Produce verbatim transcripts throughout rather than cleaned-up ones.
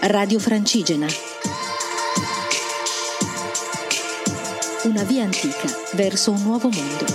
Radio Francigena. Una via antica verso un nuovo mondo.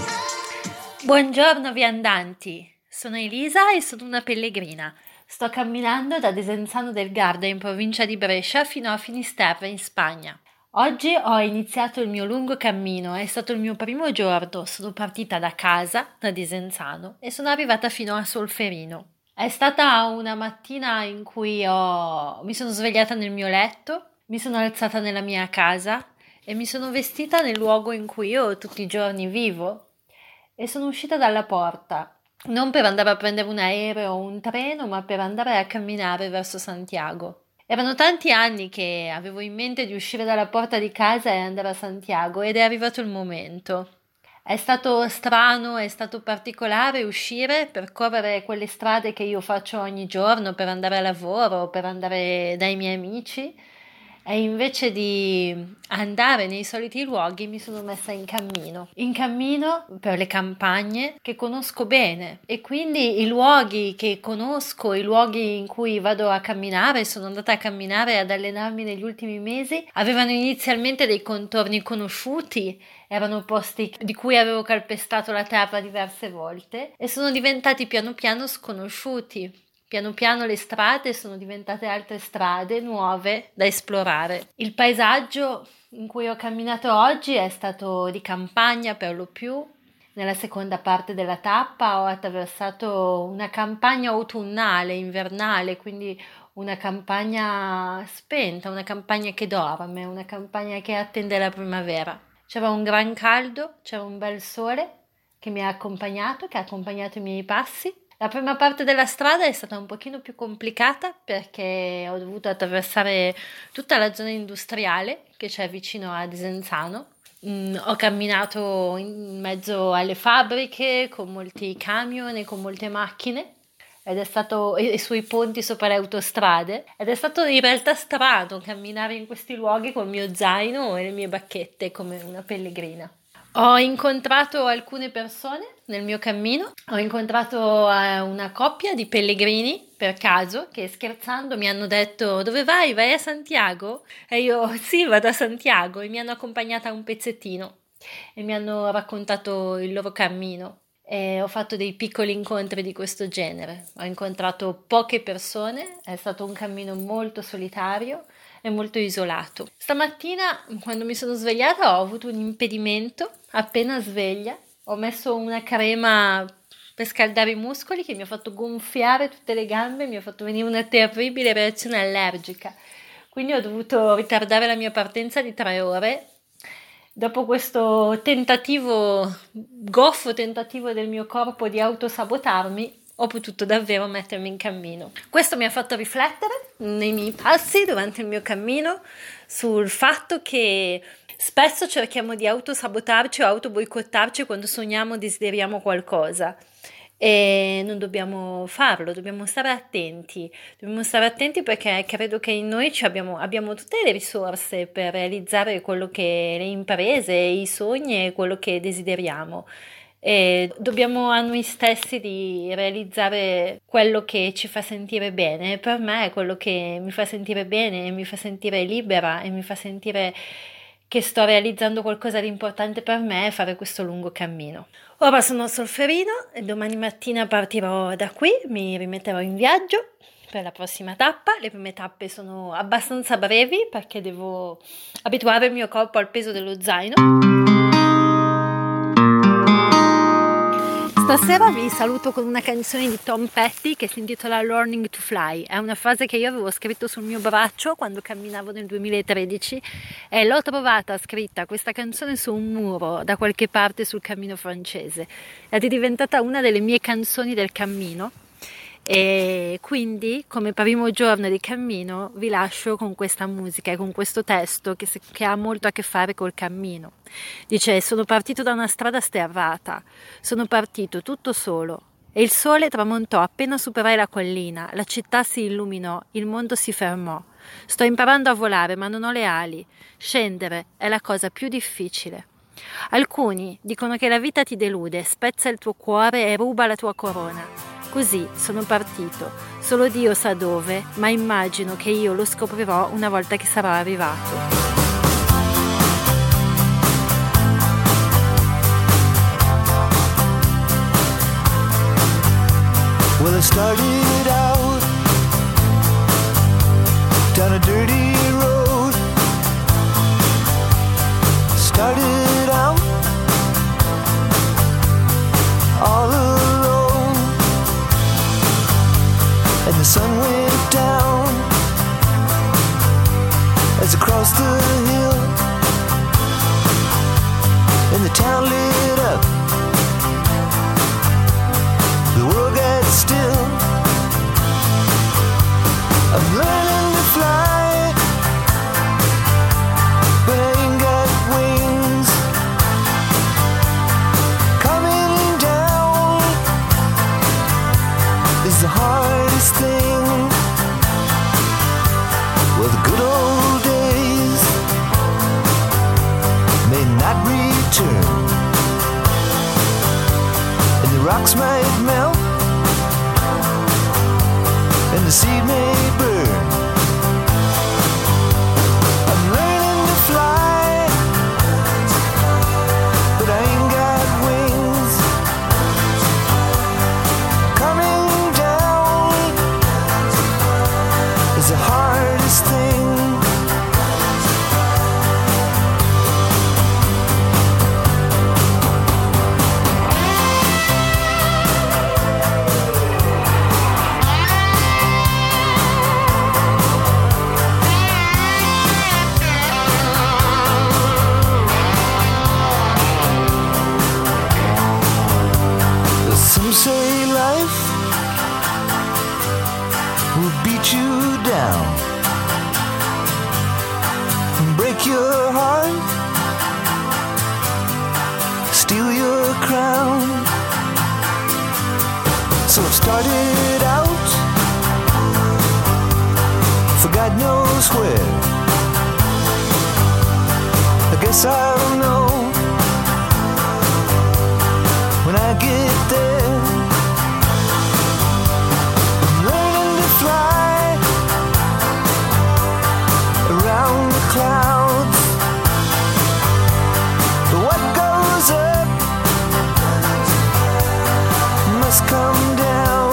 Buongiorno viandanti, sono Elisa e sono una pellegrina. Sto camminando da Desenzano del Garda in provincia di Brescia fino a Finisterre in Spagna. Oggi ho iniziato il mio lungo cammino, è stato il mio primo giorno, sono partita da casa, da Desenzano, e sono arrivata fino a Solferino. È stata una mattina in cui ho... mi sono svegliata nel mio letto, mi sono alzata nella mia casa e mi sono vestita nel luogo in cui io tutti i giorni vivo e sono uscita dalla porta, non per andare a prendere un aereo o un treno, ma per andare a camminare verso Santiago. Erano tanti anni che avevo in mente di uscire dalla porta di casa e andare a Santiago ed è arrivato il momento. È stato strano, è stato particolare uscire, percorrere quelle strade che io faccio ogni giorno per andare a lavoro, per andare dai miei amici, e invece di andare nei soliti luoghi mi sono messa in cammino. In cammino per le campagne che conosco bene e quindi i luoghi che conosco, i luoghi in cui vado a camminare, sono andata a camminare e ad allenarmi negli ultimi mesi, avevano inizialmente dei contorni conosciuti. Erano posti di cui avevo calpestato la terra diverse volte e sono diventati piano piano sconosciuti. Piano piano le strade sono diventate altre strade nuove da esplorare. Il paesaggio in cui ho camminato oggi è stato di campagna per lo più. Nella seconda parte della tappa ho attraversato una campagna autunnale, invernale, quindi una campagna spenta, una campagna che dorme, una campagna che attende la primavera. C'era un gran caldo, c'era un bel sole che mi ha accompagnato, che ha accompagnato i miei passi. La prima parte della strada è stata un pochino più complicata perché ho dovuto attraversare tutta la zona industriale che c'è vicino a Desenzano. Mm, ho camminato in mezzo alle fabbriche con molti camion e con molte macchine. Ed è stato e sui ponti sopra le autostrade ed è stato in realtà strano camminare in questi luoghi col mio zaino e le mie bacchette come una pellegrina. Ho incontrato alcune persone nel mio cammino, ho incontrato eh, una coppia di pellegrini per caso che scherzando mi hanno detto: dove vai? Vai a Santiago? E io sì, vado a Santiago, e mi hanno accompagnata un pezzettino e mi hanno raccontato il loro cammino. E ho fatto dei piccoli incontri di questo genere, ho incontrato poche persone, è stato un cammino molto solitario e molto isolato. Stamattina quando mi sono svegliata ho avuto un impedimento appena sveglia, ho messo una crema per scaldare i muscoli che mi ha fatto gonfiare tutte le gambe, mi ha fatto venire una terribile reazione allergica, quindi ho dovuto ritardare la mia partenza di tre ore. Dopo questo tentativo, goffo tentativo del mio corpo di autosabotarmi, ho potuto davvero mettermi in cammino. Questo mi ha fatto riflettere nei miei passi durante il mio cammino sul fatto che spesso cerchiamo di autosabotarci o autoboicottarci quando sogniamo o desideriamo qualcosa. E non dobbiamo farlo, dobbiamo stare attenti, dobbiamo stare attenti perché credo che in noi ci abbiamo, abbiamo tutte le risorse per realizzare quello che le imprese, i sogni e quello che desideriamo. E dobbiamo a noi stessi di realizzare quello che ci fa sentire bene. Per me quello che mi fa sentire bene, mi fa sentire libera e mi fa sentire che sto realizzando qualcosa di importante per me è fare questo lungo cammino. Ora sono a Solferino e domani mattina partirò da qui, mi rimetterò in viaggio per la prossima tappa. Le prime tappe sono abbastanza brevi perché devo abituare il mio corpo al peso dello zaino. Stasera vi saluto con una canzone di Tom Petty che si intitola Learning to Fly. È una frase che io avevo scritto sul mio braccio quando camminavo nel duemilatredici e l'ho trovata scritta questa canzone su un muro da qualche parte sul cammino francese. È diventata una delle mie canzoni del cammino e quindi come primo giorno di cammino vi lascio con questa musica e con questo testo che, se, che ha molto a che fare col cammino. Dice: sono partito da una strada sterrata, sono partito tutto solo e il sole tramontò appena superai la collina, la città si illuminò, il mondo si fermò. Sto imparando a volare ma non ho le ali, scendere è la cosa più difficile. Alcuni dicono che la vita ti delude, spezza il tuo cuore e ruba la tua corona. Così sono partito. Solo Dio sa dove, ma immagino che io lo scoprirò una volta che sarò arrivato. Well, I started out down a dirty road. Started out all alone, and the sun went down as I crossed the hill, and the town lit up. The world got still. I'm learning to fly, but I ain't got wings. Coming down is the hardest thing. Well, the good old days may not return, and the rocks might melt, and the seed may burn. I'm learning to fly, but I ain't got wings. Coming down is the hardest thing. Some say life will beat you down and break your heart, steal your crown. So it started out for God knows where. I guess I'll know when I get there. I'm learning to fly around the clouds, but what goes up must come down.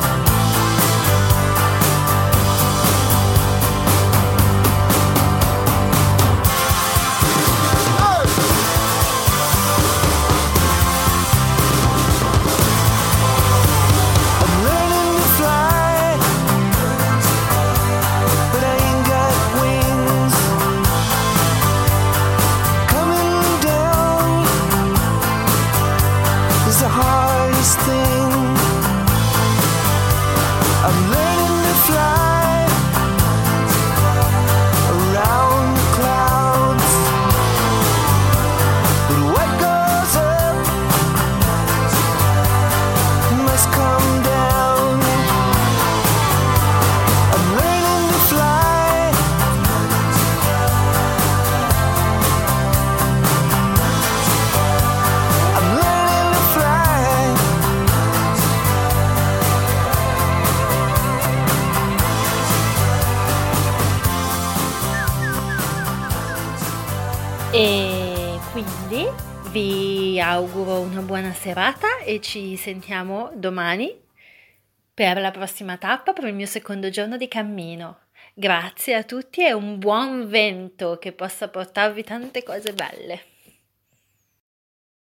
E quindi vi auguro una buona serata e ci sentiamo domani per la prossima tappa, per il mio secondo giorno di cammino. Grazie a tutti e un buon vento che possa portarvi tante cose belle.